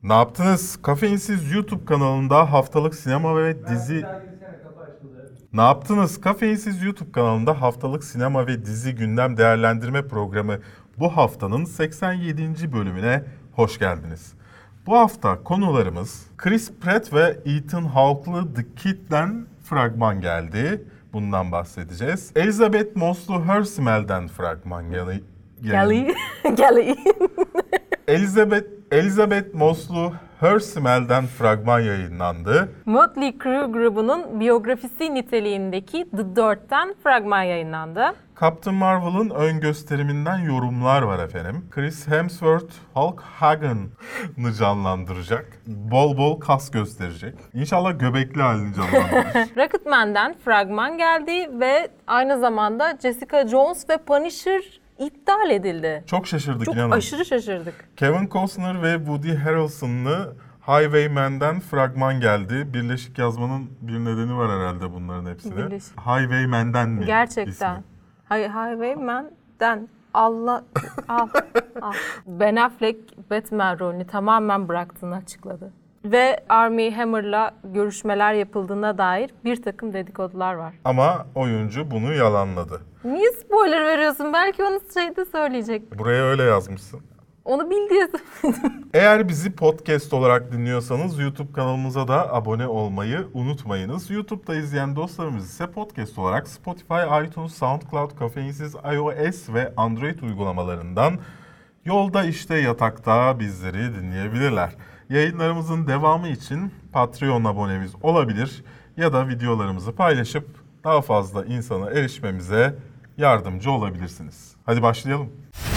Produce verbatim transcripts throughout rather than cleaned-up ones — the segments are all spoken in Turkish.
Ne yaptınız? Kafeinsiz YouTube kanalında haftalık sinema ve dizi... Ne yaptınız? Kafeinsiz YouTube kanalında haftalık sinema ve dizi gündem değerlendirme programı bu haftanın seksen yedinci bölümüne hoş geldiniz. Bu hafta konularımız Chris Pratt ve Ethan Hawke'lı The Kid'den fragman geldi. Bundan bahsedeceğiz. Elizabeth Moss'lu Hersimel'den fragman geldi. Geldi. Geldi. Elizabeth Elizabeth Moss'lu Hersimel'den fragman yayınlandı. Mötley Crüe grubunun biyografisi niteliğindeki The Dirt'ten fragman yayınlandı. Captain Marvel'ın ön gösteriminden yorumlar var efendim. Chris Hemsworth Hulk Hogan'ı canlandıracak. Bol bol kas gösterecek. İnşallah göbekli halini canlandırır. Rocketman'den fragman geldi ve aynı zamanda Jessica Jones ve Punisher iptal edildi. Çok şaşırdık Çok inanın. aşırı şaşırdık. Kevin Costner ve Woody Harrelson'lı Highwayman'den fragman geldi. Birleşik yazmanın bir nedeni var herhalde bunların hepsine. Birleşik. Highwayman'den mi? Gerçekten. ismi? Hay Highwayman'den Allah al, al. Ben Affleck Batman rolünü tamamen bıraktığını açıkladı. Ve Armie Hammer'la görüşmeler yapıldığına dair bir takım dedikodular var. Ama oyuncu bunu yalanladı. Niye spoiler veriyorsun? Belki onu şeyde söyleyecek. Buraya öyle yazmışsın. Onu bil diye söyledim. Eğer bizi podcast olarak dinliyorsanız YouTube kanalımıza da abone olmayı unutmayınız. YouTube'da izleyen dostlarımız ise podcast olarak Spotify, iTunes, SoundCloud, Kafeinsiz iOS ve Android uygulamalarından yolda, işte, yatakta bizleri dinleyebilirler. Yayınlarımızın devamı için Patreon abonemiz olabilir ya da videolarımızı paylaşıp daha fazla insana erişmemize yardımcı olabilirsiniz. Hadi başlayalım.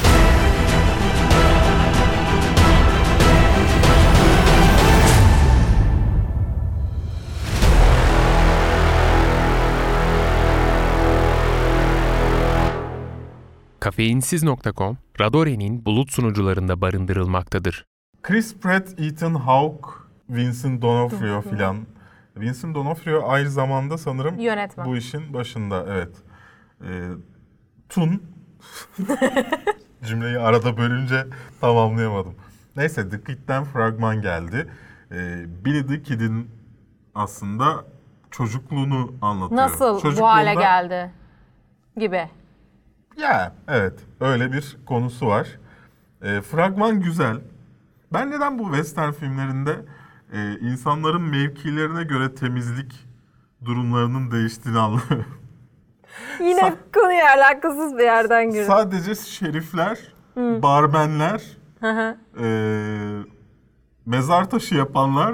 Kafeinsiz nokta com, Radore'nin bulut sunucularında barındırılmaktadır. Chris Pratt, Ethan Hawke, Vincent D'Onofrio filan. Vincent D'Onofrio aynı zamanda sanırım Yönetmen. bu işin başında. Evet. Ee, Tun. Cümleyi arada bölünce tamamlayamadım. Neyse, The Kid'den fragman geldi. Ee, Billy the Kid'in aslında çocukluğunu anlatıyor. Nasıl bu hale geldi gibi. Ya evet, öyle bir konusu var. E, fragman güzel. Ben neden bu western filmlerinde e, insanların mevkilerine göre temizlik durumlarının değiştiğini anlıyorum. Yine Sa- konuya alakasız bir yerden giriyor. Sadece şerifler, Hı. barmenler, e, mezar taşı yapanlar,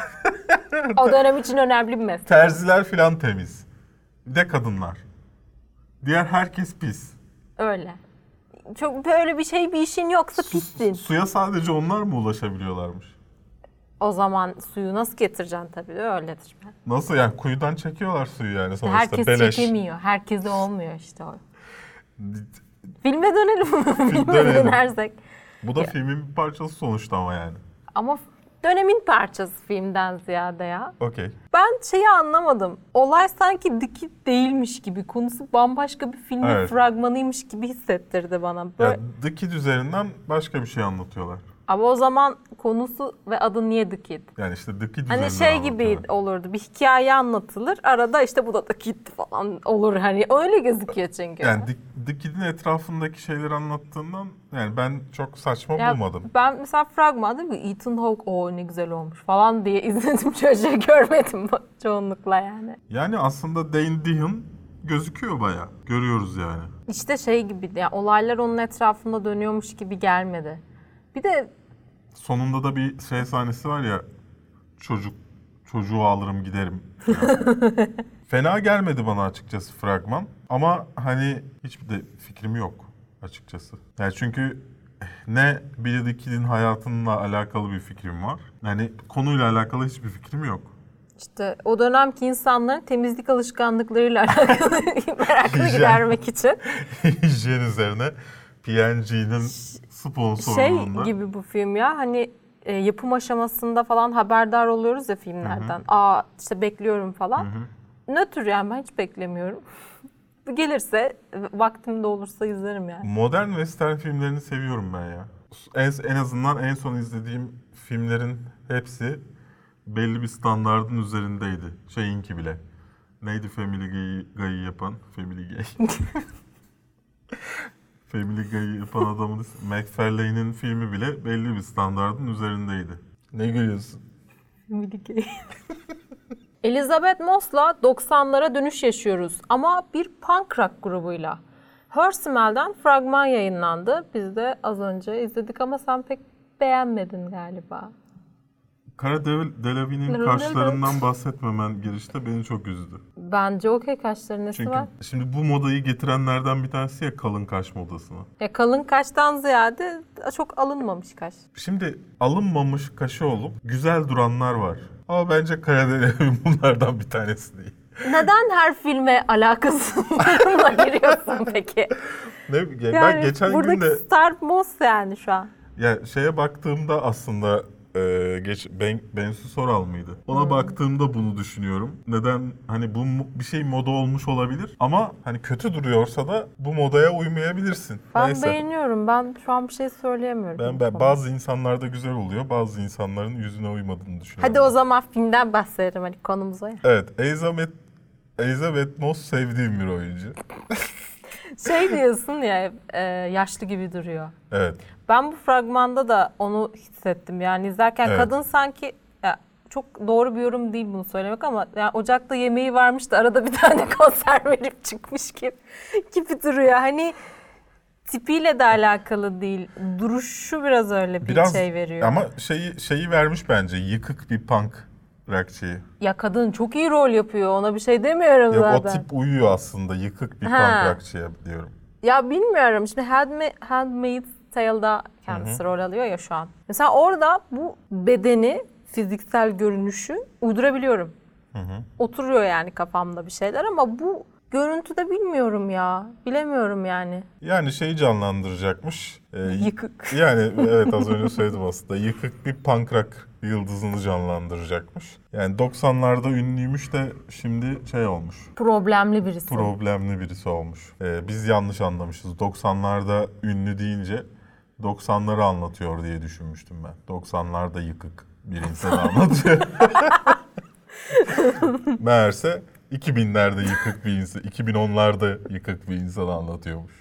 o dönem için önemli bir meslek. terziler filan temiz. Bir de kadınlar. Diğer herkes pis. Öyle. Çok böyle bir şey, bir işin yoksa Su, pissin. Suya sadece onlar mı ulaşabiliyorlarmış? O zaman suyu nasıl getireceksin tabii de öyledir. Nasıl yani, kuyudan çekiyorlar suyu yani sonuçta. Herkes beleş. çekemiyor. Herkese olmuyor işte o. Filme dönelim. Filme dönelim. dönersek. Bu da filmin bir parçası sonuçta ama yani. Ama dönemin parçası filmden ziyade ya. Okey. Ben şeyi anlamadım. Olay sanki The Kid değilmiş gibi. Konusu bambaşka bir filmin Evet. fragmanıymış gibi hissettirdi bana. Böyle... Ya, The Kid üzerinden başka bir şey anlatıyorlar. Ama o zaman konusu ve adı niye The Kid? Yani işte The Kid Hani üzerinden şey gibi anlatıyorlar. olurdu. Bir hikaye anlatılır. Arada işte bu da The Kid falan olur. Hani öyle gözüküyor çünkü. Yani The, The Kid'in etrafındaki şeyleri anlattığından yani ben çok saçma Ya bulmadım. ben mesela fragmanda bir Ethan Hawke o ne güzel olmuş falan diye izledim, çocuğu görmedim çoğunlukla yani. Yani aslında Dane Dehan gözüküyor bayağı. Görüyoruz yani. İşte şey gibi, yani olaylar onun etrafında dönüyormuş gibi gelmedi. Bir de Sonunda da bir şey sahnesi var ya, çocuk çocuğu alırım giderim. Fena gelmedi bana açıkçası fragman. Ama hani hiçbir de fikrim yok açıkçası. Yani çünkü ne Billy the Kid'in hayatınla alakalı bir fikrim var. Yani konuyla alakalı hiçbir fikrim yok. işte o dönemki insanların temizlik alışkanlıklarıyla alakalı merakını Hijyen. gidermek için. Hijyen üzerine P and G'nin sponsorluğunda. Şey gibi bu film ya, hani e, yapım aşamasında falan haberdar oluyoruz ya filmlerden. Hı hı. Aa işte bekliyorum falan. Hı hı. Nötr yani, ben hiç beklemiyorum. Gelirse, vaktim de olursa izlerim yani. Modern western filmlerini seviyorum ben ya. En, en azından en son izlediğim filmlerin hepsi belli bir standardın üzerindeydi. Şeyinki bile. Neydi Family Guy'ı Guy yapan? Family Guy. Family Guy'ı yapan adamın McFarlane'in filmi bile belli bir standardın üzerindeydi. Ne gülüyorsun? Elizabeth Moss'la doksanlara dönüş yaşıyoruz ama bir punk rock grubuyla. Her Smell'den fragman yayınlandı. Biz de az önce izledik ama sen pek beğenmedin galiba. Cara Delevingne'in kaşlarından bahsetmemen girişte beni çok üzdü. Bence okey, kaşların nesi Çünkü var? şimdi bu modayı getirenlerden bir tanesi ya kalın kaş modasını. Ya kalın kaştan ziyade çok alınmamış kaş. Şimdi alınmamış kaşı olup güzel duranlar var. Ama bence Cara Delevingne bunlardan bir tanesi değil. Neden her filme alakasızla giriyorsun peki? Ne, ya Yani ben geçen buradaki gün de Star Moss yani şu an. ya şeye baktığımda aslında e, geç ben Bensu Soral mıydı? Ona Hmm. baktığımda bunu düşünüyorum. Neden hani bu mu- bir şey moda olmuş olabilir ama hani kötü duruyorsa da bu modaya uymayabilirsin. Ben Neyse. beğeniyorum. Ben şu an bir şey söyleyemiyorum. Ben, ben bazı insanlarda güzel oluyor, bazı insanların yüzüne uymadığını düşünüyorum. Hadi o zaman filmden bahsedelim hadi konumuza. Ya. Evet, Elizabeth Elizabeth Moss sevdiğim bir oyuncu. Şey diyorsun ya, e, yaşlı gibi duruyor. Evet. Ben bu fragmanda da onu hissettim. Yani izlerken Evet. kadın sanki, ya çok doğru bir yorum değil bunu söylemek ama yani ocakta yemeği varmış da arada bir tane konser verip çıkmış gibi, gibi duruyor. Hani tipiyle de alakalı değil. Duruşu biraz öyle bir Biraz şey veriyor. ama şeyi şeyi vermiş bence, yıkık bir punk rockçıyı. Ya kadın çok iyi rol yapıyor. Ona bir şey demiyorum Yok, o zaten. tip uyuyor aslında, yıkık bir Ha. punk rockçıya diyorum. Ya bilmiyorum. Şimdi Handma- Handmaid's Tale'da kendisi rol alıyor ya şu an. Mesela orada bu bedeni, fiziksel görünüşü uydurabiliyorum. Hı hı. Oturuyor yani kafamda bir şeyler ama bu görüntüde bilmiyorum ya. Bilemiyorum yani. Yani şeyi canlandıracakmış. e, Yıkık. Yani evet, az önce söyledim aslında. Yıkık bir punk rock yıldızını canlandıracakmış. Yani doksanlarda ünlüymüş de şimdi şey olmuş. Problemli birisi. Problemli birisi olmuş. Ee, biz yanlış anlamışız. doksanlarda ünlü deyince doksanları anlatıyor diye düşünmüştüm ben. doksanlarda yıkık bir insanı anlatıyor. Meğerse iki binlerde yıkık bir insan, iki bin onlarda yıkık bir insanı anlatıyormuş.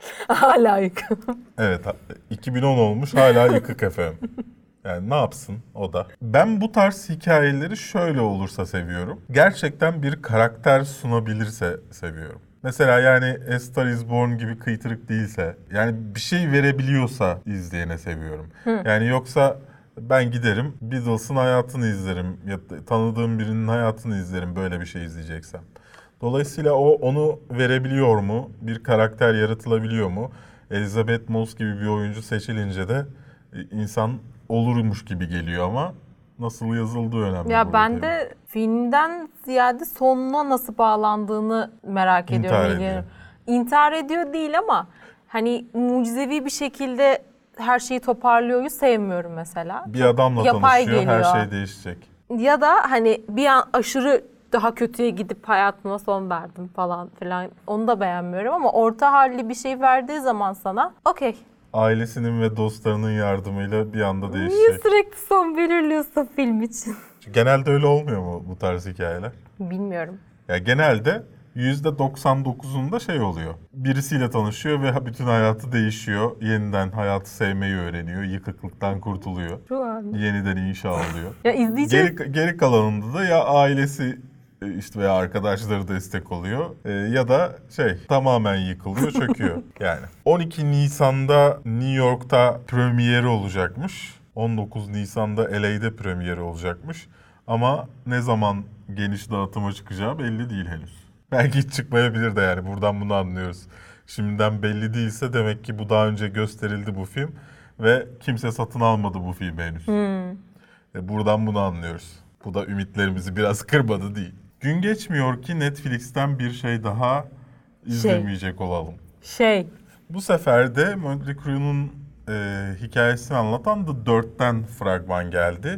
Hala yıkık. Evet, iki bin on olmuş, hala yıkık efendim. Yani ne yapsın o da. Ben bu tarz hikayeleri şöyle olursa seviyorum. Gerçekten bir karakter sunabilirse seviyorum. Mesela yani A Star Is Born gibi kıytırık değilse, yani bir şey verebiliyorsa izleyene seviyorum. Hı. Yani yoksa ben giderim Beatles'ın hayatını izlerim ya da tanıdığım birinin hayatını izlerim böyle bir şey izleyeceksem. Dolayısıyla o onu verebiliyor mu? Bir karakter yaratılabiliyor mu? Elizabeth Moss gibi bir oyuncu seçilince de insan olurmuş gibi geliyor ama nasıl yazıldığı önemli. Ya ben tabii. de filmden ziyade sonuna nasıl bağlandığını merak ediyorum. İntihar ilgileniyorum. ediyor. İntihar ediyor değil ama hani mucizevi bir şekilde her şeyi toparlıyoryu sevmiyorum mesela. Bir adamla yapay tanışıyor, her geliyor. şey değişecek. Ya da hani bir an aşırı daha kötüye gidip hayatıma son verdim falan filan. Onu da beğenmiyorum ama orta halli bir şey verdiği zaman sana okey. Ailesinin ve dostlarının yardımıyla bir anda Niye değişecek. sürekli son belirliyorsun film için? Genelde öyle olmuyor mu bu tarz hikayeler? Bilmiyorum. Ya genelde yüzde doksan dokuzunda şey oluyor. Birisiyle tanışıyor ve bütün hayatı değişiyor. Yeniden hayatı sevmeyi öğreniyor. Yıkıklıktan kurtuluyor. Şu an. Yeniden inşa oluyor. Ya izleyeceğim. Geri, geri kalanında da ya ailesi işte veya arkadaşları destek oluyor e, ya da şey tamamen yıkılıyor, çöküyor. Yani on iki Nisan'da New York'ta premieri olacakmış. on dokuz Nisan'da L A'de premieri olacakmış. Ama ne zaman geniş dağıtıma çıkacağı belli değil henüz. Belki hiç çıkmayabilir de, yani buradan bunu anlıyoruz. Şimdiden belli değilse demek ki bu daha önce gösterildi bu film ve kimse satın almadı bu filmi henüz. Hmm. E, buradan bunu anlıyoruz. Bu da ümitlerimizi biraz kırmadı değil. Gün geçmiyor ki Netflix'ten bir şey daha izlemeyecek şey. olalım. Şey. Bu sefer de Mötley Crue'nun e, hikayesini anlatan The Dirt'ten fragman geldi.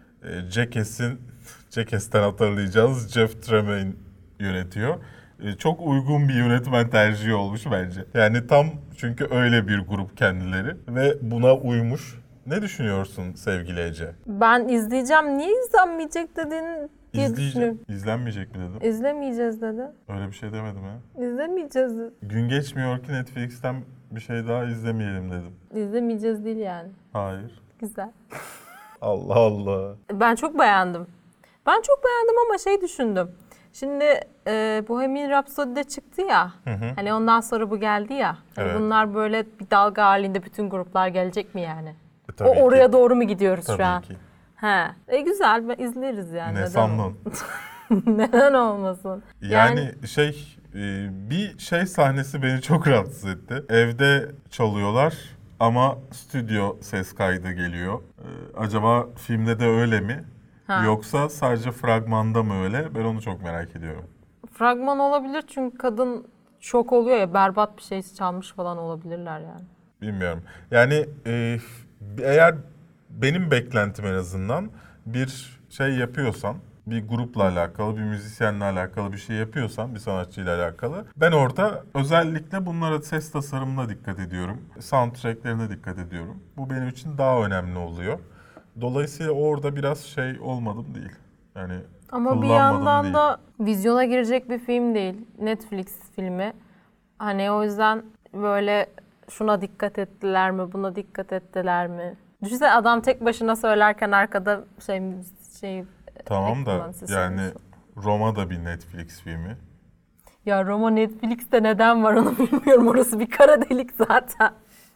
E, Jackass'in, Jackass'ten hatırlayacağız, Jeff Tremaine yönetiyor. E, çok uygun bir yönetmen tercihi olmuş bence. Yani tam çünkü öyle bir grup kendileri ve buna uymuş. Ne düşünüyorsun sevgili Ece? Ben izleyeceğim. Niye izlenmeyecek dedin diye İzleyecek, düşünüyorum. izlenmeyecek mi dedim? İzlemeyeceğiz dedi. Öyle bir şey demedim ha. İzlemeyeceğiz dedi. Gün geçmiyor ki Netflix'ten bir şey daha izlemeyelim dedim. İzlemeyeceğiz değil yani. Hayır. Güzel. Allah Allah. Ben çok beğendim. Ben çok beğendim ama şey düşündüm. Şimdi e, Bohemian Rhapsody'de çıktı ya. Hı hı. Hani ondan sonra bu geldi ya. Hani Evet. bunlar böyle bir dalga halinde bütün gruplar gelecek mi yani? E, tabii o ki. oraya doğru mu gidiyoruz Tabii şu an? ki. He. E güzel, ben izleriz yani. Ne Neden sandın? olmasın? Neden olmasın? Yani, şey e, bir şey sahnesi beni çok rahatsız etti. Evde çalıyorlar ama stüdyo ses kaydı geliyor. E, acaba filmde de öyle mi? Ha. Yoksa sadece fragmanda mı öyle? Ben onu çok merak ediyorum. Fragman olabilir çünkü kadın şok oluyor ya, berbat bir şey çalmış falan olabilirler yani. Bilmiyorum. Yani e, eğer benim beklentim en azından bir şey yapıyorsan, bir grupla alakalı, bir müzisyenle alakalı bir şey yapıyorsan, bir sanatçıyla alakalı, ben orada özellikle bunlara ses tasarımına dikkat ediyorum. Soundtracklerine dikkat ediyorum. Bu benim için daha önemli oluyor. Dolayısıyla orada biraz şey olmadım değil. Yani Ama bir kullanmadım yandan değil. da vizyona girecek bir film değil. Netflix filmi. Hani o yüzden böyle şuna dikkat ettiler mi, buna dikkat ettiler mi? Düşünsene adam tek başına söylerken arkada şey şey Tamam da ekipman sesi yani olsun. Roma da bir Netflix filmi. Ya Roma Netflix'te neden var onu bilmiyorum. Orası bir kara delik zaten.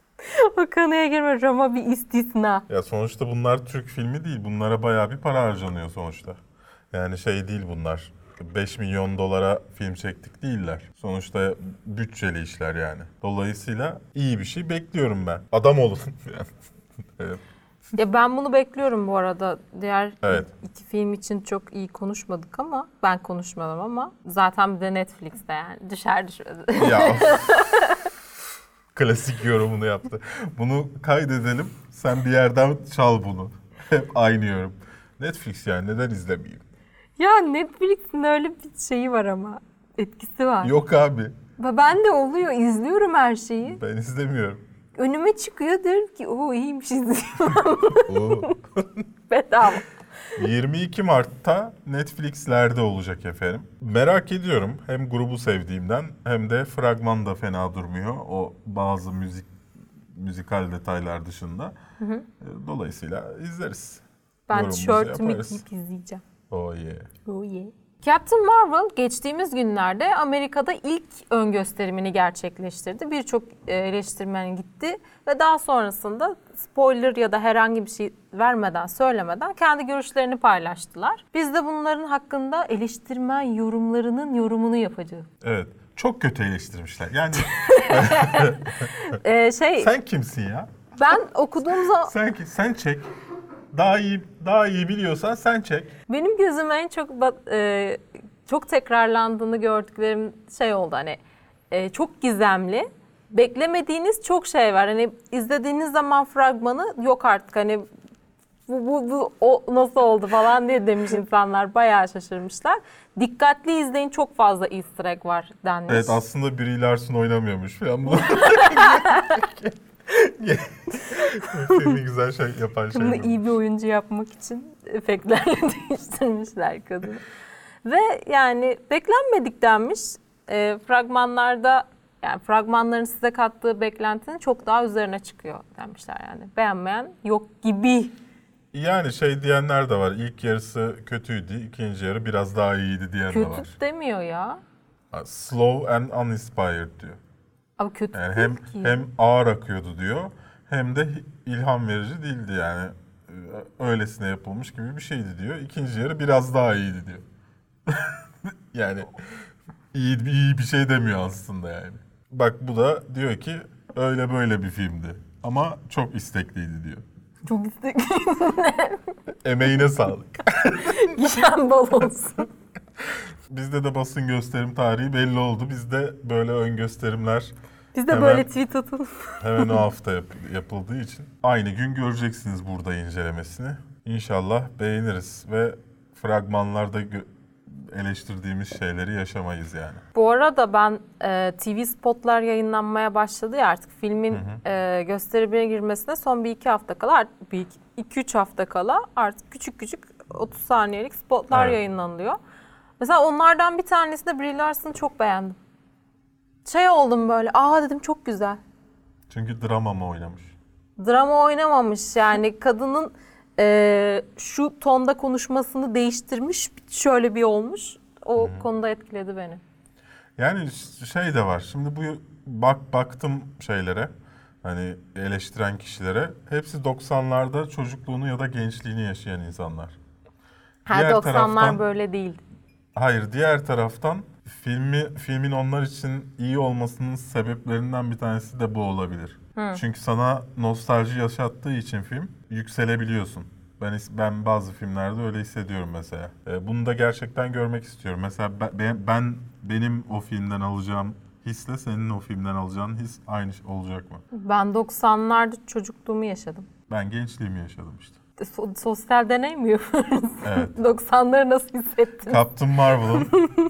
O konuya girme. Roma bir istisna. Ya sonuçta bunlar Türk filmi değil. Bunlara bayağı bir para harcanıyor sonuçta. Yani şey değil bunlar. beş milyon dolara film çektik değiller. Sonuçta bütçeli işler yani. Dolayısıyla iyi bir şey bekliyorum ben. Adam olun. Yani. Evet. Ya ben bunu bekliyorum bu arada. Diğer Evet. iki film için çok iyi konuşmadık ama ben konuşmadım ama zaten bir de Netflix'te yani düşer düşmez. Ya. Klasik yorumunu yaptı. Bunu kaydedelim. Sen bir yerden çal bunu. Hep aynı yorum. Netflix yani neden izlemeyeyim? Ya Netflix'in öyle bir şeyi var ama etkisi var. Yok abi. Ve ben de oluyor, izliyorum her şeyi. Ben izlemiyorum. Önüme çıkıyor, diyorum ki o iyiymiş, izliyorum. Oo. Bedava. yirmi iki Mart'ta Netflix'lerde olacak efendim. Merak ediyorum. Hem grubu sevdiğimden hem de fragman da fena durmuyor. O bazı müzik müzikal detaylar dışında. Hı hı. Dolayısıyla izleriz. Ben Yorumumuzu tişörtümü yaparız. giyip izleyeceğim. Oh yeah. Oh yeah. Captain Marvel geçtiğimiz günlerde Amerika'da ilk ön gösterimini gerçekleştirdi. Birçok eleştirmen gitti ve daha sonrasında spoiler ya da herhangi bir şey vermeden, söylemeden kendi görüşlerini paylaştılar. Biz de bunların hakkında eleştirmen yorumlarının yorumunu yapacağız. Evet. Çok kötü eleştirmişler. Yani Ee, şey, sen kimsin ya? ben okuduğum zaman Sen ki sen çek. Daha iyi daha iyi biliyorsan sen çek. benim gözüme en çok bat- e, çok tekrarlandığını gördüklerim şey oldu, hani e, çok gizemli. Beklemediğiniz çok şey var. Hani izlediğiniz zaman fragmanı yok artık, hani bu, bu, bu o nasıl oldu falan diye demiş insanlar. Bayağı şaşırmışlar. Dikkatli izleyin, çok fazla easter egg var denmiş. Evet aslında Brie Larson oynamıyormuş falan. Bu filmi güzel şey yapan şey. Bunu bu. iyi bir oyuncu yapmak için efektlerle değiştirmişler kadını. Ve yani beklenmedik denmiş. E, fragmanlarda, yani fragmanların size kattığı beklentinin çok daha üzerine çıkıyor denmişler yani. Beğenmeyen yok gibi. Yani şey diyenler de var. İlk yarısı kötüydü, ikinci yarı biraz daha iyiydi diyen de var. Kötü demiyor ya. Slow and uninspired diyor. Ama kötü Yani değil hem ki. hem ağır akıyordu diyor, hem de ilham verici değildi yani. Öylesine yapılmış gibi bir şeydi diyor. İkinci yarı biraz daha iyiydi diyor. Yani iyi, iyi bir şey demiyor aslında yani. Bak bu da diyor ki öyle böyle bir filmdi. Ama çok istekliydi diyor. Çok istekli. Emeğine sağlık. Gişen bal olsun. Bizde de basın gösterim tarihi belli oldu. Bizde böyle ön gösterimler Biz de Hemen- böyle tweet atalım. hemen o hafta yap- yapıldığı için. Aynı gün göreceksiniz burada incelemesini. İnşallah beğeniriz ve fragmanlarda gö- eleştirdiğimiz şeyleri yaşamayız yani. Bu arada ben e, T V spotlar yayınlanmaya başladı ya artık filmin hı hı. E, gösterimine girmesine son bir iki hafta kala, bir iki üç hafta kala artık küçük küçük otuz saniyelik spotlar evet. yayınlanıyor. Mesela onlardan bir tanesi de Brie Larson'ı çok beğendim. Şey oldum böyle, aa dedim çok güzel. Çünkü drama mı oynamış? Drama oynamamış yani kadının e, şu tonda konuşmasını değiştirmiş, şöyle bir olmuş. O hmm. konuda etkiledi beni. Yani şey de var, şimdi bu bak baktım şeylere, hani eleştiren kişilere, hepsi doksanlarda çocukluğunu ya da gençliğini yaşayan insanlar. Ha diğer doksanlar taraftan, böyle değil. Hayır, diğer taraftan filmi filmin onlar için iyi olmasının sebeplerinden bir tanesi de bu olabilir. Hı. Çünkü sana nostalji yaşattığı için film yükselebiliyorsun. Ben ben bazı filmlerde öyle hissediyorum mesela. Bunu da gerçekten görmek istiyorum. Mesela ben, ben benim o filmden alacağım hisle senin o filmden alacağın his aynı olacak mı? Ben doksanlarda çocukluğumu yaşadım. Ben gençliğimi yaşadım işte. So- sosyal deney mi yapıyoruz? Evet. doksanları nasıl hissettin? Captain Marvel'ın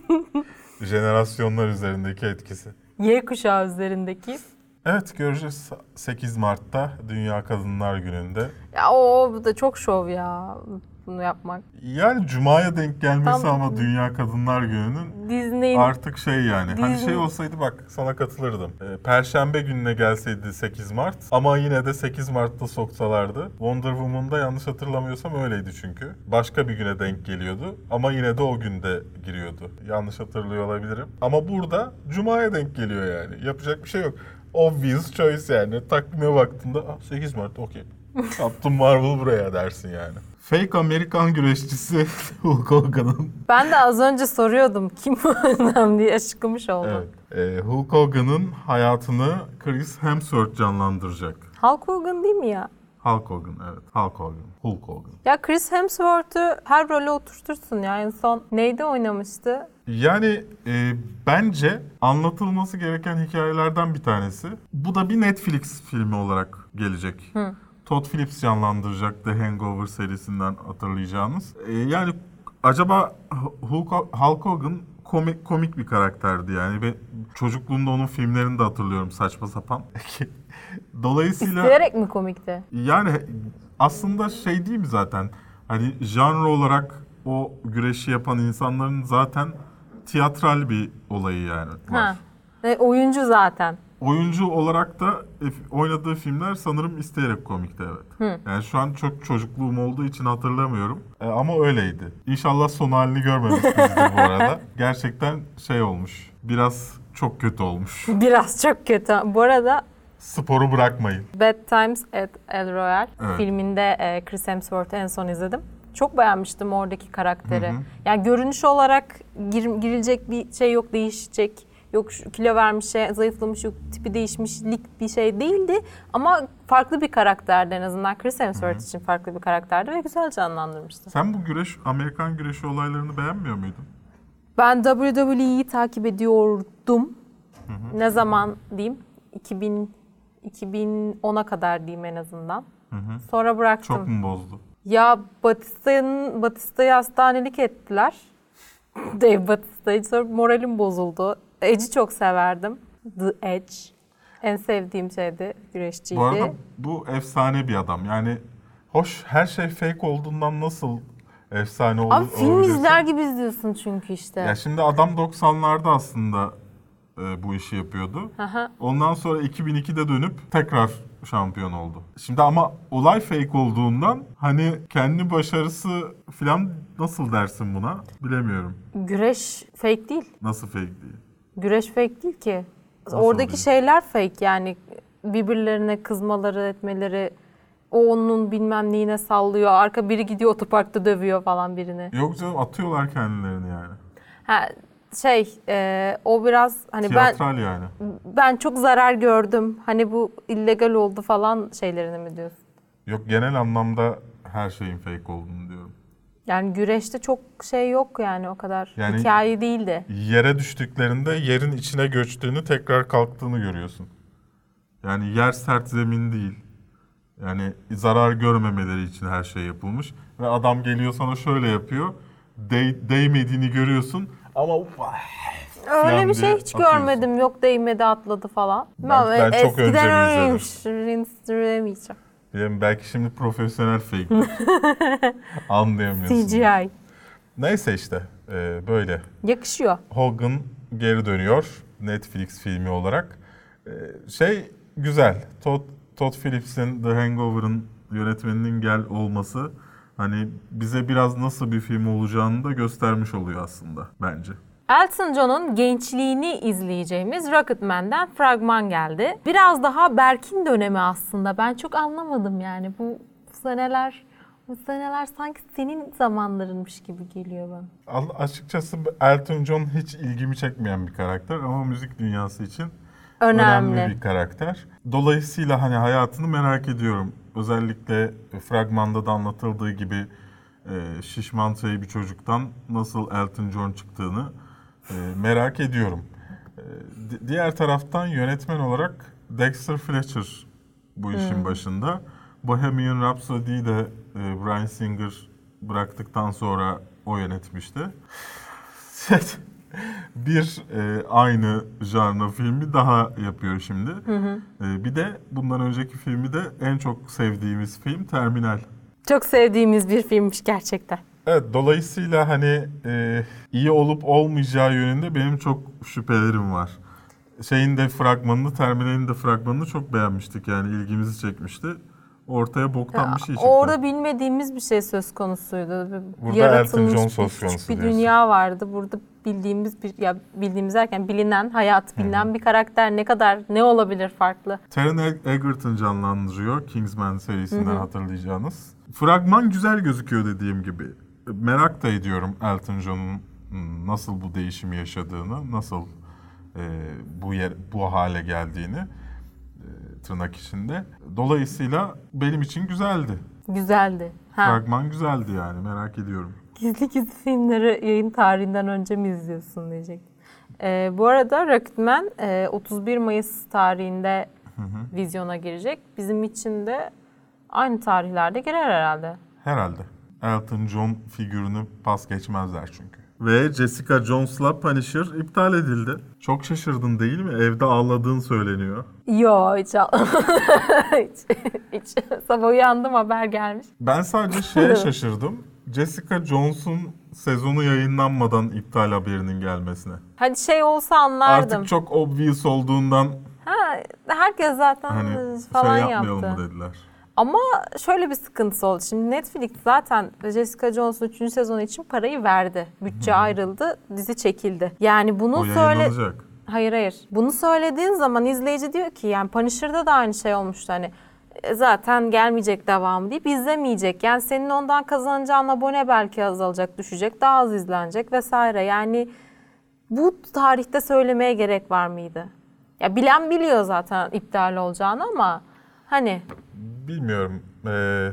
jenerasyonlar üzerindeki etkisi. Y kuşağı üzerindeki. Evet, göreceğiz sekiz Mart'ta Dünya Kadınlar Günü'nde. Ya o da çok şov ya bunu yapmak. Yani Cuma'ya denk gelmesi Tam, ama Dünya Kadınlar Günü'nün Disney'in, artık şey yani. Disney... Hani şey olsaydı bak sana katılırdım. Perşembe gününe gelseydi sekiz Mart ama yine de sekiz Mart'ta soksalardı. Wonder Woman'da yanlış hatırlamıyorsam öyleydi çünkü. Başka bir güne denk geliyordu ama yine de o günde giriyordu. Yanlış hatırlıyor olabilirim. Ama burada Cuma'ya denk geliyor yani. Yapacak bir şey yok. Obvious choice yani. Takvime baktığında sekiz Mart okey. Captain Marvel buraya dersin yani. Fake Amerikan güreşçisi Hulk Hogan'ın. Ben de az önce soruyordum kim bu adam diye açıklamış oldum. Evet. Ee, Hulk Hogan'ın hayatını Chris Hemsworth canlandıracak. Hulk Hogan değil mi ya? Hulk Hogan evet. Hulk Hogan. Hulk Hogan. Ya Chris Hemsworth'u her role oturtursun ya. En son neydi oynamıştı? Yani e, bence anlatılması gereken hikayelerden bir tanesi. Bu da bir Netflix filmi olarak gelecek. Hı. Todd Phillips canlandıracak The Hangover serisinden hatırlayacağınız. Ee, yani acaba Hulk, Hulk Hogan komik, komik bir karakterdi yani. Ve çocukluğumda onun filmlerini de hatırlıyorum saçma sapan. Dolayısıyla... İsteyerek mi komikti? Yani aslında şey değil mi zaten? Hani janr olarak o güreşi yapan insanların zaten tiyatral bir olayı yani var. Ha. Ve oyuncu zaten. Oyuncu olarak da oynadığı filmler sanırım isteyerek komikti evet. Hı. Yani şu an çok çocukluğum olduğu için hatırlamıyorum. E, ama öyleydi. İnşallah son halini görmemişsinizdir bu arada. Gerçekten şey olmuş. Biraz çok kötü olmuş. Biraz çok kötü. Bu arada sporu bırakmayın. Bad Times at El Royale evet. filminde e, Chris Hemsworth'u en son izledim. Çok beğenmiştim oradaki karakteri. Hı hı. Yani görünüş olarak gir, girilecek bir şey yok, değişecek. Yok şu kilo vermiş, şey, zayıflamış, yok tipi değişmişlik bir şey değildi. Ama farklı bir karakterdi en azından. Chris Hemsworth Hı-hı. için farklı bir karakterdi ve güzel canlandırmıştı. Sen bu güreş, Amerikan güreşi olaylarını beğenmiyor muydun? Ben W W E'yi takip ediyordum. Hı-hı. Ne zaman diyeyim? iki bin, iki bin ona kadar diyeyim en azından. Hı-hı. Sonra bıraktım. Çok mu bozdu? Ya Batista'nın Batista'yı hastanelik ettiler. Dave Batista'yı, sonra moralim bozuldu. Edge'i çok severdim. The Edge. En sevdiğim şeydi, güreşçiydi. Bu arada bu efsane bir adam. Yani hoş her şey fake olduğundan nasıl efsane olur? Abi film izler gibi izliyorsun çünkü işte. Ya şimdi adam doksanlarda aslında e, bu işi yapıyordu. Aha. Ondan sonra iki bin ikide dönüp tekrar şampiyon oldu. Şimdi ama olay fake olduğundan hani kendi başarısı falan nasıl dersin buna bilemiyorum. Güreş fake değil. Nasıl fake değil? Güreş fake değil ki. Nasıl Oradaki değil? şeyler fake yani birbirlerine kızmaları etmeleri, o onun bilmem neyine sallıyor, arka biri gidiyor otoparkta dövüyor falan birini. Yok canım atıyorlar kendilerini yani. Ha şey e, o biraz hani tiyatral ben yani. Ben çok zarar gördüm. Hani bu illegal oldu falan şeylerini mi diyorsun? Yok genel anlamda her şeyin fake olduğunu diyorum. Yani güreşte çok şey yok yani o kadar yani hikaye değildi. Yere düştüklerinde yerin içine göçtüğünü tekrar kalktığını görüyorsun. Yani yer sert zemin değil. Yani zarar görmemeleri için her şey yapılmış. Ve adam geliyor sana şöyle yapıyor. Değ, değmediğini görüyorsun ama Öyle bir şey diye hiç atıyorsun. görmedim. Yok değmedi atladı falan. Ben- ben çok önce Eskiden mi öyleymiş. Rinstremeyeceğim. Yani belki şimdi profesyonel fake. Anlayamıyorsun. C G I. Neyse işte e, böyle. Yakışıyor. Hogan geri dönüyor Netflix filmi olarak. E, şey güzel. Todd, Todd Phillips'in The Hangover'ın yönetmeninin gel olması hani bize biraz nasıl bir film olacağını da göstermiş oluyor aslında bence. Elton John'un gençliğini izleyeceğimiz Rocketman'den fragman geldi. Biraz daha Berk'in dönemi aslında. Ben çok anlamadım yani. Bu seneler, bu seneler sanki senin zamanlarınmış gibi geliyor bana. Al- Açıkçası Elton John hiç ilgimi çekmeyen bir karakter ama müzik dünyası için Önemli. önemli bir karakter. Dolayısıyla hani hayatını merak ediyorum. Özellikle fragmanda da anlatıldığı gibi e, şişman şey bir çocuktan nasıl Elton John çıktığını e, merak ediyorum. E, di- diğer taraftan yönetmen olarak Dexter Fletcher bu işin Hmm. başında. Bohemian Rhapsody'yi de e, Bryan Singer bıraktıktan sonra o yönetmişti. Bir e, aynı janra filmi daha yapıyor şimdi. Hı hı. E, bir de bundan önceki filmi de en çok sevdiğimiz film Terminal. Çok sevdiğimiz bir filmmiş gerçekten. Evet, dolayısıyla hani e, iyi olup olmayacağı yönünde benim çok şüphelerim var. Şeyin de fragmanını, Terminal'in de fragmanını çok beğenmiştik yani ilgimizi çekmişti. Ortaya boktan bir şey çıktı. Orada bilmediğimiz bir şey söz konusuydu. Burada Yaratılmış Elton John bir söz küçük konusu bir diyorsun. dünya vardı. Burada bildiğimiz bir, ya bildiğimiz derken bilinen, hayatı bilinen bir karakter ne kadar, ne olabilir farklı? Taron Egerton canlandırıyor Kingsman serisinden hatırlayacağınız. Fragman güzel gözüküyor dediğim gibi. Merak da ediyorum Elton John'un hmm, nasıl bu değişimi yaşadığını, nasıl e, bu yer bu hale geldiğini e, tırnak içinde. Dolayısıyla benim için güzeldi. Güzeldi. Ha. Fragman güzeldi yani merak ediyorum. Gizli gizli filmleri yayın tarihinden önce mi izliyorsun diyecektim. Ee, bu arada Rocketman e, otuz bir Mayıs tarihinde vizyona girecek. Bizim için de aynı tarihlerde girer herhalde. Herhalde. Elton John figürünü pas geçmezler çünkü. Ve Jessica Jones'la Punisher iptal edildi. Çok şaşırdın değil mi? Evde ağladığın söyleniyor. Yo hiç hiç, hiç. Sabah uyandım haber gelmiş. Ben sadece şeye şaşırdım. Jessica Jones'un sezonu yayınlanmadan iptal haberinin gelmesine. Hadi şey olsa anlardım. Artık çok obvious olduğundan Ha, herkes zaten hani falan şey yapmayalım yaptı. mı dediler. Ama şöyle bir sıkıntısı oldu. Şimdi Netflix zaten Jessica Jones'un üçüncü sezonu için parayı verdi. Bütçe ayrıldı, dizi çekildi. Yani bunu O söyle... yayınlanacak. Hayır hayır. Bunu söylediğin zaman izleyici diyor ki yani Punisher'da da aynı şey olmuştu hani e, zaten gelmeyecek devamı deyip izlemeyecek. Yani senin ondan kazanacağın abone belki azalacak, düşecek, daha az izlenecek vesaire. Yani bu tarihte söylemeye gerek var mıydı? Ya bilen biliyor zaten iptal olacağını ama hani Bilmiyorum. Ee,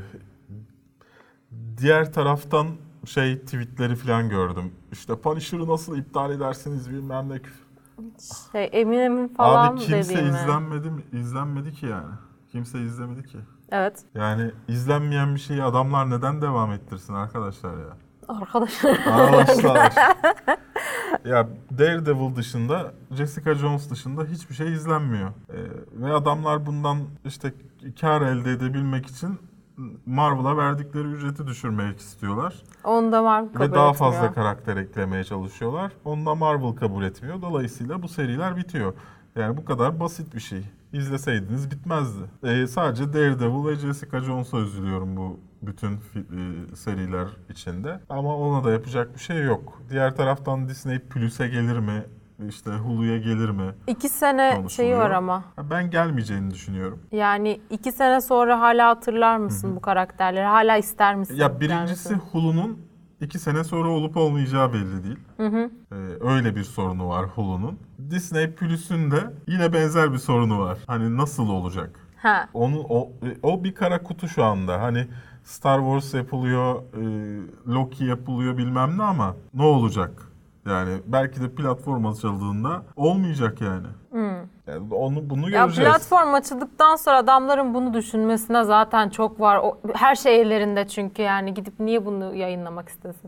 diğer taraftan şey tweetleri falan gördüm. İşte Punisher'ı nasıl iptal edersiniz bilmem ne. şey Eminem'in falan Abi kimse dediğimi. izlenmedi mi? İzlenmedi ki yani. Kimse izlemedi ki. Evet. Yani izlenmeyen bir şeyi adamlar neden devam ettirsin arkadaşlar ya? Arkadaşlar. Arkadaşlar. Ya Daredevil dışında, Jessica Jones dışında hiçbir şey izlenmiyor. Ee, ve adamlar bundan işte kar elde edebilmek için Marvel'a verdikleri ücreti düşürmek istiyorlar. Onu da Marvel kabul Ve daha etmiyor. fazla karakter eklemeye çalışıyorlar. Onu da Marvel kabul etmiyor. Dolayısıyla bu seriler bitiyor. Yani bu kadar basit bir şey. İzleseydiniz bitmezdi. Ee, sadece Daredevil ve Jessica Jones'a üzülüyorum bu bütün fi- e, seriler içinde. Ama ona da yapacak bir şey yok. Diğer taraftan Disney Plus'e gelir mi? İşte Hulu'ya gelir mi? İki sene şeyi Konuşuluyor. var ama. Ben gelmeyeceğini düşünüyorum. Yani iki sene sonra hala hatırlar mısın bu karakterleri? Hala ister misin? Ya birincisi gelmesini? Hulu'nun iki sene sonra olup olmayacağı belli değil. Hı hı. Ee, öyle bir sorunu var Hulu'nun. Disney Plus'ün de yine benzer bir sorunu var. Hani nasıl olacak? Ha. Onun o, o bir kara kutu şu anda. Hani Star Wars yapılıyor, e, Loki yapılıyor bilmem ne ama ne olacak? Yani belki de platform açıldığında olmayacak yani. Hmm. Yani onu bunu Ya göreceğiz. platform açıldıktan sonra adamların bunu düşünmesine zaten çok var. O, her şey ellerinde çünkü yani gidip niye bunu yayınlamak istesin?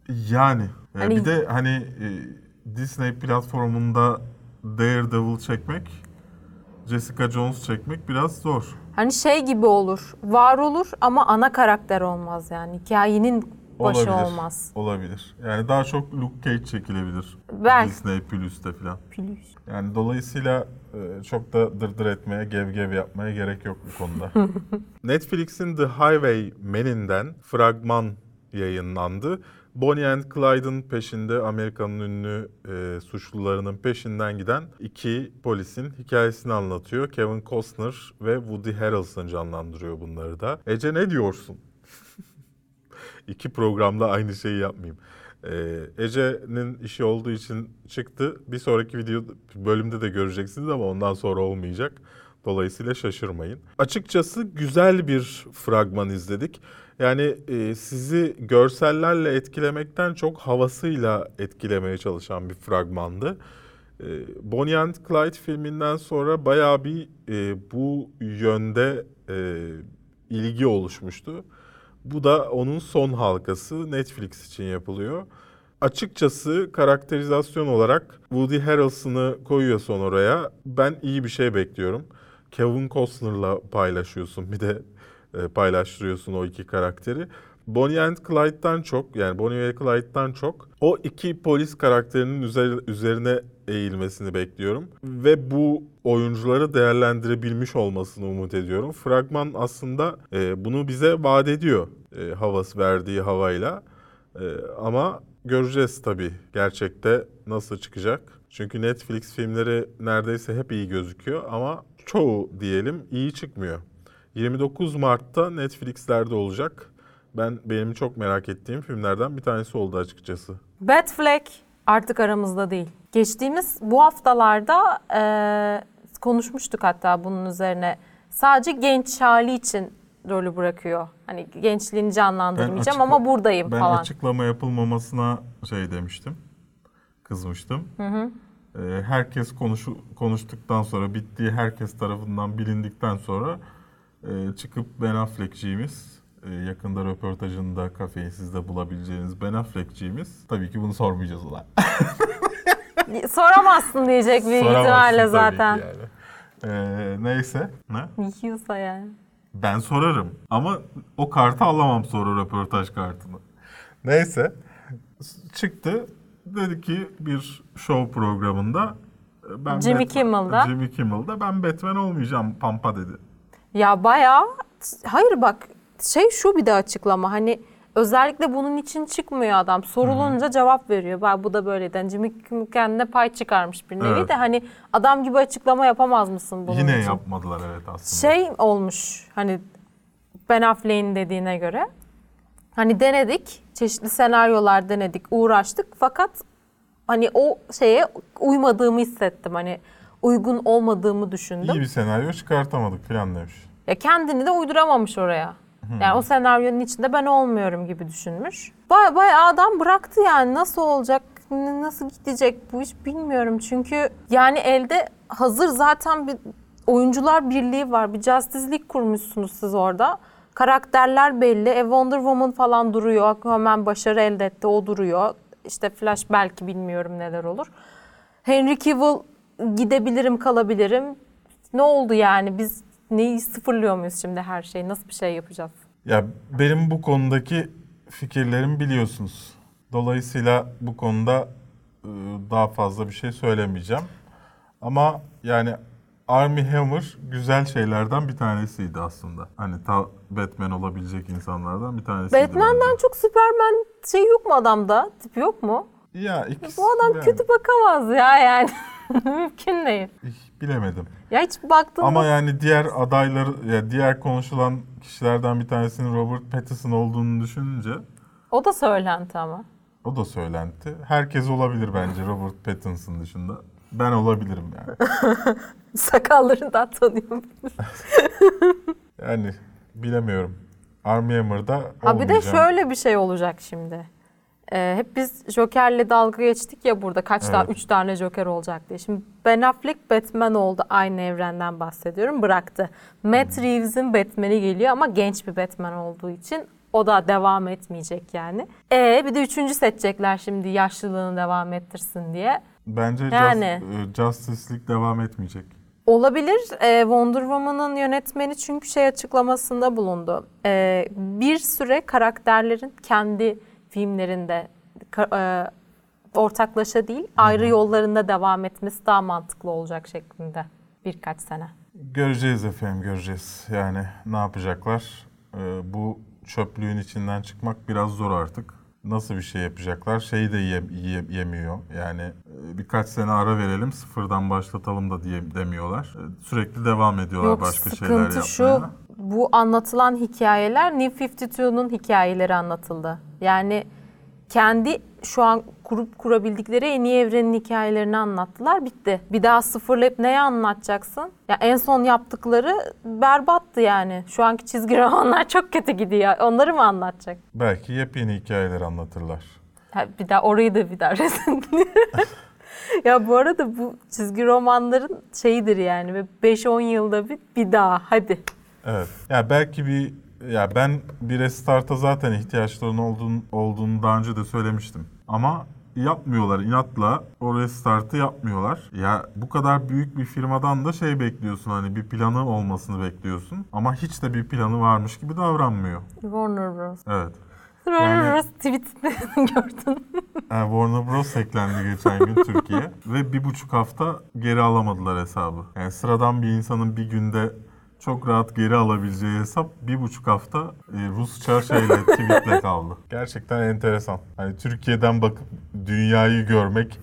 Yani e, Hani- bir de hani e, Disney platformunda Daredevil çekmek, Jessica Jones çekmek biraz zor. Hani şey gibi olur, var olur ama ana karakter olmaz yani. Hikayenin başı Olabilir. olmaz. Olabilir. Yani daha çok Luke Cage çekilebilir. Belki. Disney Plus'te falan. Plus. Yani dolayısıyla e, çok da dırdır etmeye, gev gev yapmaya gerek yok bu konuda. Netflix'in The Highwaymen'inden fragman yayınlandı. Bonnie and Clyde'ın peşinde, Amerika'nın ünlü e, suçlularının peşinden giden iki polisin hikayesini anlatıyor. Kevin Costner ve Woody Harrelson canlandırıyor bunları da. Ece ne diyorsun? İki programda aynı şeyi yapmayayım. Ee, Ece'nin işi olduğu için çıktı. Bir sonraki video bölümde de göreceksiniz ama ondan sonra olmayacak. Dolayısıyla şaşırmayın. Açıkçası güzel bir fragman izledik. Yani e, sizi görsellerle etkilemekten çok havasıyla etkilemeye çalışan bir fragmandı. E, Bonnie and Clyde filminden sonra bayağı bir e, bu yönde e, ilgi oluşmuştu. Bu da onun son halkası, Netflix için yapılıyor. Açıkçası karakterizasyon olarak Woody Harrelson'ı koyuyorsun oraya. Ben iyi bir şey bekliyorum. Kevin Costner'la paylaşıyorsun, bir de e, paylaştırıyorsun o iki karakteri. Bonnie and Clyde'dan çok, yani Bonnie ve Clyde'dan çok o iki polis karakterinin üzeri- üzerine eğilmesini bekliyorum. Ve bu oyuncuları değerlendirebilmiş olmasını umut ediyorum. Fragman aslında e, bunu bize vaat ediyor, e, havası verdiği havayla. E, ama göreceğiz tabii gerçekte nasıl çıkacak. Çünkü Netflix filmleri neredeyse hep iyi gözüküyor ama çoğu diyelim iyi çıkmıyor. yirmi dokuz Mart'ta Netflix'lerde olacak. Ben benim çok merak ettiğim filmlerden bir tanesi oldu açıkçası. Batfleck artık aramızda değil. Geçtiğimiz bu haftalarda e, konuşmuştuk hatta bunun üzerine. Sadece genç hali için rolü bırakıyor. Hani gençliğini canlandırmayacağım Ben ama açıkla- buradayım Ben falan. açıklama yapılmamasına şey demiştim. Kızmıştım. Hı hı. Ee, herkes konuşu, konuştuktan sonra, bittiği herkes tarafından bilindikten sonra e, çıkıp Ben Affleck'ciğimiz, e, yakında röportajında Kafeinsiz'de bulabileceğiniz Ben Affleck'ciğimiz, tabii ki bunu sormayacağız ulan. Soramazsın diyecek büyük Soramazsın ihtimalle tabii ki zaten. yani. Ee, neyse. Ne? Yiyorsa yani. Ben sorarım ama o kartı alamam sonra, röportaj kartını. Neyse. Çıktı. Dedi ki bir show programında ben Jimmy Batman- Kimmel'da. Jimmy Kimmel'da ben Batman olmayacağım Pampa dedi. Ya bayağı, hayır bak şey şu bir de açıklama hani özellikle bunun için çıkmıyor adam. Sorulunca Hı-hı. cevap veriyor. Bak bu da böyleydi. Yani Jimmy Kimmel kendine pay çıkarmış bir nevi Evet. de hani adam gibi açıklama yapamaz mısın bunun Yine için? yapmadılar evet aslında. Şey olmuş hani Ben Affleck'in dediğine göre. Hani denedik, çeşitli senaryolar denedik, uğraştık fakat hani o şeye uymadığımı hissettim. Hani uygun olmadığımı düşündüm. İyi bir senaryo çıkartamadık falan demiş. Ya kendini de uyduramamış oraya. Hmm. Yani o senaryonun içinde ben olmuyorum gibi düşünmüş. Baya baya adam bıraktı yani nasıl olacak, nasıl gidecek bu iş bilmiyorum. Çünkü yani elde hazır zaten bir oyuncular birliği var. Bir Justice League kurmuşsunuz siz orada. Karakterler belli. E Wonder Woman falan duruyor. Aquaman başarı elde etti. O duruyor. İşte Flash belki bilmiyorum neler olur. Henry Cavill gidebilirim kalabilirim. Ne oldu yani? Biz neyi sıfırlıyor muyuz şimdi her şeyi? Nasıl bir şey yapacağız? Ya benim bu konudaki fikirlerimi biliyorsunuz. Dolayısıyla bu konuda e, daha fazla bir şey söylemeyeceğim. Ama yani Armie Hammer güzel şeylerden bir tanesiydi aslında. Hani ta Batman olabilecek insanlardan bir tanesiydi. Batman'den bence. çok Superman şey yok mu adamda? Tipi yok mu? Ya ikisi, Bu adam yani, kötü bakamaz ya yani. Mümkün değil. bilemedim. Ya hiç baktığında... Ama yani diğer adaylar, ya diğer konuşulan kişilerden bir tanesinin Robert Pattinson olduğunu düşününce O da söylenti ama. o da söylenti. Herkes olabilir bence Robert Pattinson dışında. Ben olabilirim yani. Sakallarından tanıyorum. Yani bilemiyorum. Armie Hammer'da Ha bir de olmayacağım. şöyle bir şey olacak şimdi. Ee, hep biz Joker'le dalga geçtik ya burada kaç Evet. tane, üç tane Joker olacak diye. Şimdi Ben Affleck Batman oldu, aynı evrenden bahsediyorum, bıraktı. Matt Reeves'in Batman'i geliyor ama genç bir Batman olduğu için O da devam etmeyecek yani. E bir de üçüncü seçecekler şimdi yaşlılığını devam ettirsin diye. Bence Yani. Just, Justice League devam etmeyecek. Olabilir. E, Wonder Woman'ın yönetmeni çünkü şey açıklamasında bulundu. E, bir süre karakterlerin kendi filmlerinde ka- e, ortaklaşa değil, ayrı yollarında devam etmesi daha mantıklı olacak şeklinde birkaç sene. Göreceğiz efendim, göreceğiz. Yani ne yapacaklar? Ee, bu çöplüğün içinden çıkmak biraz zor artık. Nasıl bir şey yapacaklar? Şeyi de yem, yem, yemiyor. Yani e, birkaç sene ara verelim, sıfırdan başlatalım da diye demiyorlar. E, sürekli devam ediyorlar Yok, başka şeyler yapmaya. sıkıntı şu, bu anlatılan hikayeler New fifty two'nun hikayeleri anlatıldı. Yani kendi şu an kurup kurabildikleri en iyi evrenin hikayelerini anlattılar, bitti. Bir daha sıfırlayıp neyi anlatacaksın? Ya en son yaptıkları berbattı yani. Şu anki çizgi romanlar çok kötü gidiyor. Onları mı anlatacak? Belki yepyeni hikayeler anlatırlar. Ha, bir daha orayı da bir daha resimli. Ya bu arada bu çizgi romanların şeyidir yani ve beş on yılda bir bir daha hadi. Evet. Ya belki bir ya ben bir restart'a zaten ihtiyaçlarının olduğunu, olduğunu daha önce de söylemiştim. Ama yapmıyorlar. İnatla o restart'ı yapmıyorlar. Ya bu kadar büyük bir firmadan da şey bekliyorsun, hani bir planı olmasını bekliyorsun. Ama hiç de bir planı varmış gibi davranmıyor. Warner Bros. Evet. Warner Yani- Bros. tweetini gördün. Yani Warner Bros. Eklendi geçen gün Türkiye. Ve bir buçuk hafta geri alamadılar hesabı. Yani sıradan bir insanın bir günde çok rahat geri alabileceği hesap bir buçuk hafta e, Rusça şeyle, tweetle kaldı. Gerçekten enteresan. Hani Türkiye'den bakıp dünyayı görmek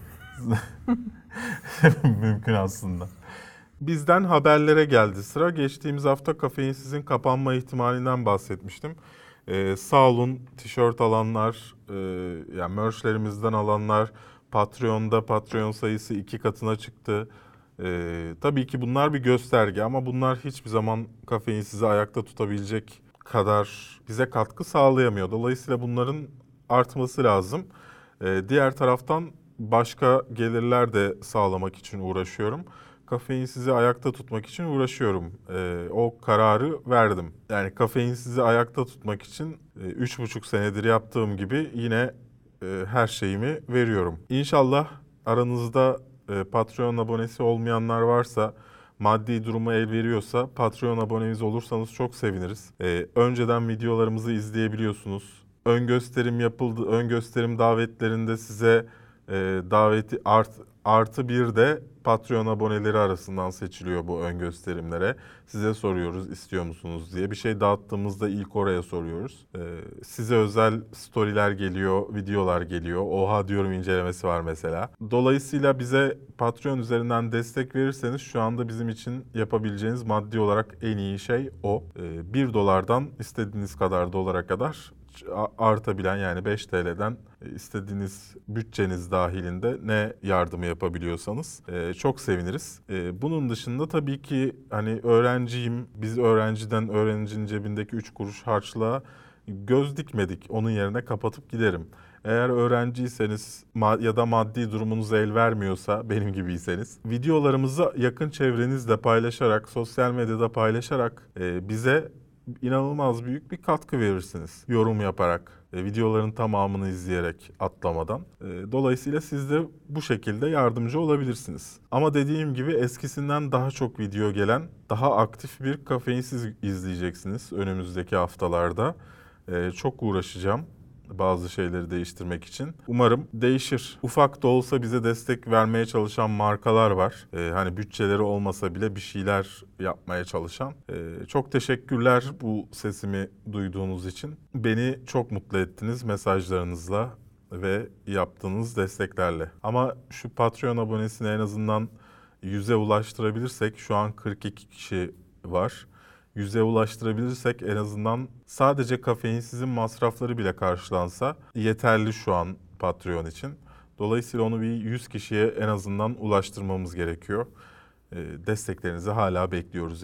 mümkün aslında. Bizden haberlere geldi sıra. Geçtiğimiz hafta Kafeinsiz'in kapanma ihtimalinden bahsetmiştim. Ee, sağ olun, tişört alanlar, e, yani merchlerimizden alanlar, Patreon'da Patreon sayısı iki katına çıktı. Ee, tabii ki bunlar bir gösterge ama bunlar hiçbir zaman Kafeinsiz'i ayakta tutabilecek kadar bize katkı sağlayamıyor. Dolayısıyla bunların artması lazım. Ee, diğer taraftan başka gelirler de sağlamak için uğraşıyorum. Kafeinsizi ayakta tutmak için uğraşıyorum. Ee, o kararı verdim. Yani kafeinsizi ayakta tutmak için e, üç buçuk senedir yaptığım gibi yine e, her şeyimi veriyorum. İnşallah aranızda e, Patreon abonesi olmayanlar varsa, maddi durumu el veriyorsa Patreon abonemiz olursanız çok seviniriz. E, önceden videolarımızı izleyebiliyorsunuz. Ön gösterim yapıldı. Ön gösterim davetlerinde size e, daveti art, artı bir de Patreon aboneleri arasından seçiliyor bu ön gösterimlere. Size soruyoruz istiyor musunuz diye. Bir şey dağıttığımızda ilk oraya soruyoruz. Ee, size özel storyler geliyor, videolar geliyor. Oha diyorum incelemesi var mesela. Dolayısıyla bize Patreon üzerinden destek verirseniz şu anda bizim için yapabileceğiniz maddi olarak en iyi şey o. Ee, bir dolardan istediğiniz kadar dolara kadar artabilen, yani beş T L'den istediğiniz bütçeniz dahilinde ne yardımı yapabiliyorsanız e, çok seviniriz. E, bunun dışında tabii ki hani öğrenciyim, biz öğrenciden öğrencinin cebindeki üç kuruş harçlığa göz dikmedik. Onun yerine kapatıp giderim. Eğer öğrenciyseniz ya da maddi durumunuz el vermiyorsa, benim gibiyseniz, videolarımızı yakın çevrenizle paylaşarak, sosyal medyada paylaşarak e, bize inanılmaz büyük bir katkı verirsiniz. Yorum yaparak, e, videoların tamamını izleyerek, atlamadan. E, dolayısıyla siz de bu şekilde yardımcı olabilirsiniz. Ama dediğim gibi eskisinden daha çok video gelen, daha aktif bir Kafeinsiz izleyeceksiniz önümüzdeki haftalarda. E, çok uğraşacağım bazı şeyleri değiştirmek için. Umarım değişir. Ufak da olsa bize destek vermeye çalışan markalar var. Ee, hani bütçeleri olmasa bile bir şeyler yapmaya çalışan. Ee, çok teşekkürler bu sesimi duyduğunuz için. Beni çok mutlu ettiniz mesajlarınızla ve yaptığınız desteklerle. Ama şu Patreon abonesini en azından yüze ulaştırabilirsek, şu an kırk iki kişi var. yüze ulaştırabilirsek en azından sadece Kafeinsiz'in masrafları bile karşılansa yeterli şu an Patreon için. Dolayısıyla onu bir yüz kişiye en azından ulaştırmamız gerekiyor. Desteklerinizi hala bekliyoruz yani.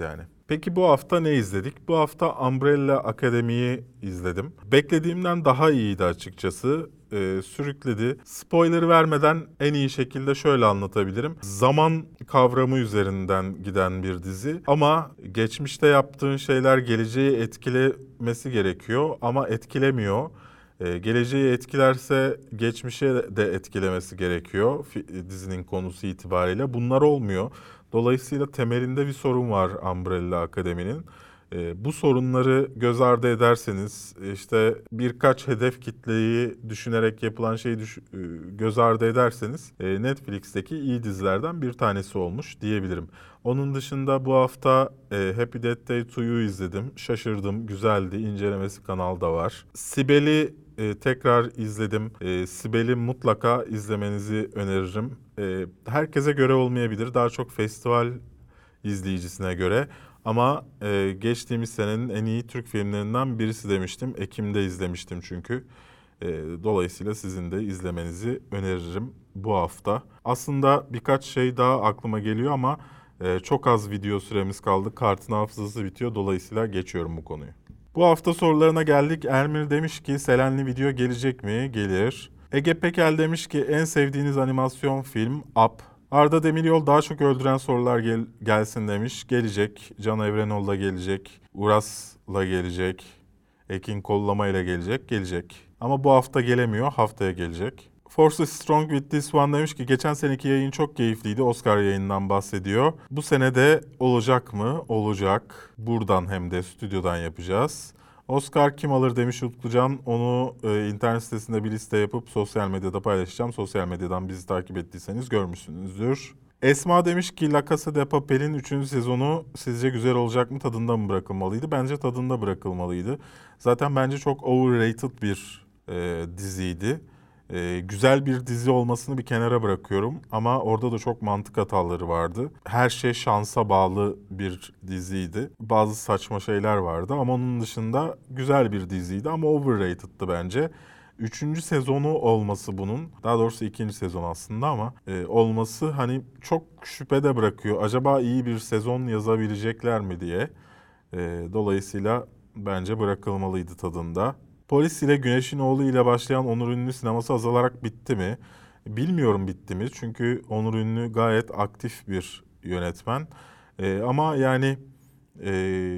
Peki bu hafta ne izledik? Bu hafta Umbrella Academy'yi izledim. Beklediğimden daha iyiydi açıkçası. Ee, sürükledi. Spoiler vermeden en iyi şekilde şöyle anlatabilirim. Zaman kavramı üzerinden giden bir dizi. Ama geçmişte yaptığın şeyler geleceği etkilemesi gerekiyor ama etkilemiyor. Ee, geleceği etkilerse geçmişe de etkilemesi gerekiyor dizinin konusu itibariyle. Bunlar olmuyor. Dolayısıyla temelinde bir sorun var Umbrella Academy'nin. E, bu sorunları göz ardı ederseniz, işte birkaç hedef kitleyi düşünerek yapılan şeyi düş- e, göz ardı ederseniz e, Netflix'teki iyi dizilerden bir tanesi olmuş diyebilirim. Onun dışında bu hafta e, Happy Death Day to You izledim. Şaşırdım, güzeldi. İncelemesi kanalda var. Sibel'i e, tekrar izledim. E, Sibel'i mutlaka izlemenizi öneririm. E, herkese göre olmayabilir. Daha çok festival izleyicisine göre. Ama e, geçtiğimiz senenin en iyi Türk filmlerinden birisi demiştim. Ekim'de izlemiştim çünkü. E, dolayısıyla sizin de izlemenizi öneririm bu hafta. Aslında birkaç şey daha aklıma geliyor ama e, çok az video süremiz kaldı. Kartın hafızası bitiyor. Dolayısıyla geçiyorum bu konuyu. Bu hafta sorularına geldik. Ermir demiş ki Selenli video gelecek mi? Gelir. Ege Pekel demiş ki en sevdiğiniz animasyon film Up. Arda Demiryol daha çok öldüren sorular gel- gelsin demiş. Gelecek. Can Evrenol'la gelecek. Uras'la gelecek. Ekin Kollama ile gelecek. Gelecek. Ama bu hafta gelemiyor. Haftaya gelecek. Force is Strong with this one demiş ki geçen seneki yayın çok keyifliydi. Oscar yayından bahsediyor. Bu sene de olacak mı? Olacak. Buradan hem de stüdyodan yapacağız. Oscar kim alır demiş Utkucan. Onu e, internet sitesinde bir liste yapıp sosyal medyada paylaşacağım. Sosyal medyadan bizi takip ettiyseniz görmüşsünüzdür. Esma demiş ki La Casa de Papel'in üçüncü sezonu sizce güzel olacak mı? Tadında mı bırakılmalıydı? Bence tadında bırakılmalıydı. Zaten bence çok overrated bir e, diziydi. Ee, güzel bir dizi olmasını bir kenara bırakıyorum ama orada da çok mantık hataları vardı. Her şey şansa bağlı bir diziydi. Bazı saçma şeyler vardı ama onun dışında güzel bir diziydi ama overrated'tı bence. Üçüncü sezonu olması bunun, daha doğrusu ikinci sezon aslında ama e, olması hani çok şüphede bırakıyor. Acaba iyi bir sezon yazabilecekler mi diye. E, dolayısıyla bence bırakılmalıydı tadında. Polis ile Güneş'in oğlu ile başlayan Onur Ünlü sineması azalarak bitti mi? Bilmiyorum bitti mi. Çünkü Onur Ünlü gayet aktif bir yönetmen. Ee, ama yani e,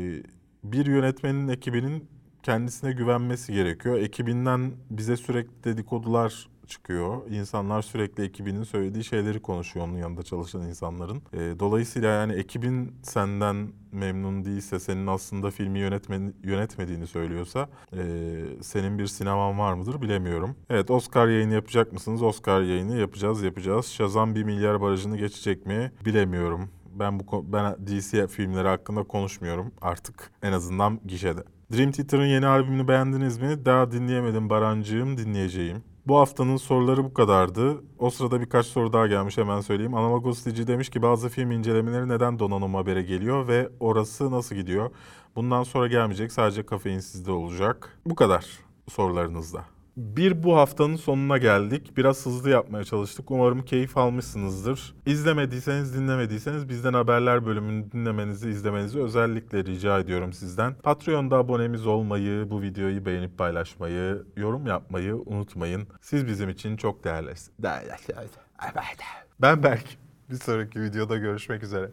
bir yönetmenin ekibinin kendisine güvenmesi gerekiyor. Ekibinden bize sürekli dedikodular çıkıyor. İnsanlar sürekli ekibinin söylediği şeyleri konuşuyor onun yanında çalışan insanların. E, dolayısıyla yani ekibin senden memnun değilse, senin aslında filmi yönetme, yönetmediğini söylüyorsa e, senin bir sineman var mıdır bilemiyorum. Evet, Oscar yayını yapacak mısınız? Oscar yayını yapacağız, yapacağız. Shazam bir milyar barajını geçecek mi? Bilemiyorum. Ben bu ben D C filmleri hakkında konuşmuyorum artık, en azından gişede. Dream Theater'ın yeni albümünü beğendiniz mi? Daha dinleyemedim Barancığım, dinleyeceğim. Bu haftanın soruları bu kadardı. O sırada birkaç soru daha gelmiş, hemen söyleyeyim. Analogositici demiş ki bazı film incelemeleri neden Donanım Haber'e geliyor ve orası nasıl gidiyor? Bundan sonra gelmeyecek, sadece Kafeinsiz'de olacak. Bu kadar sorularınızda. Bir bu haftanın sonuna geldik. Biraz hızlı yapmaya çalıştık. Umarım keyif almışsınızdır. İzlemediyseniz, dinlemediyseniz bizden haberler bölümünü dinlemenizi, izlemenizi özellikle rica ediyorum sizden. Patreon'da abonemiz olmayı, bu videoyu beğenip paylaşmayı, yorum yapmayı unutmayın. Siz bizim için çok değerlisiniz. Ben Berk. Bir sonraki videoda görüşmek üzere.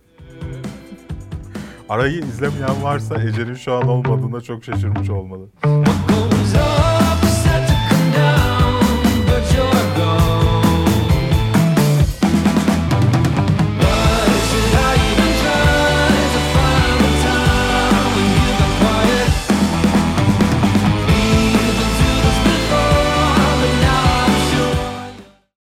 Arayı izlemeyen varsa Ece'nin şu an olmadığına çok şaşırmış olmalı.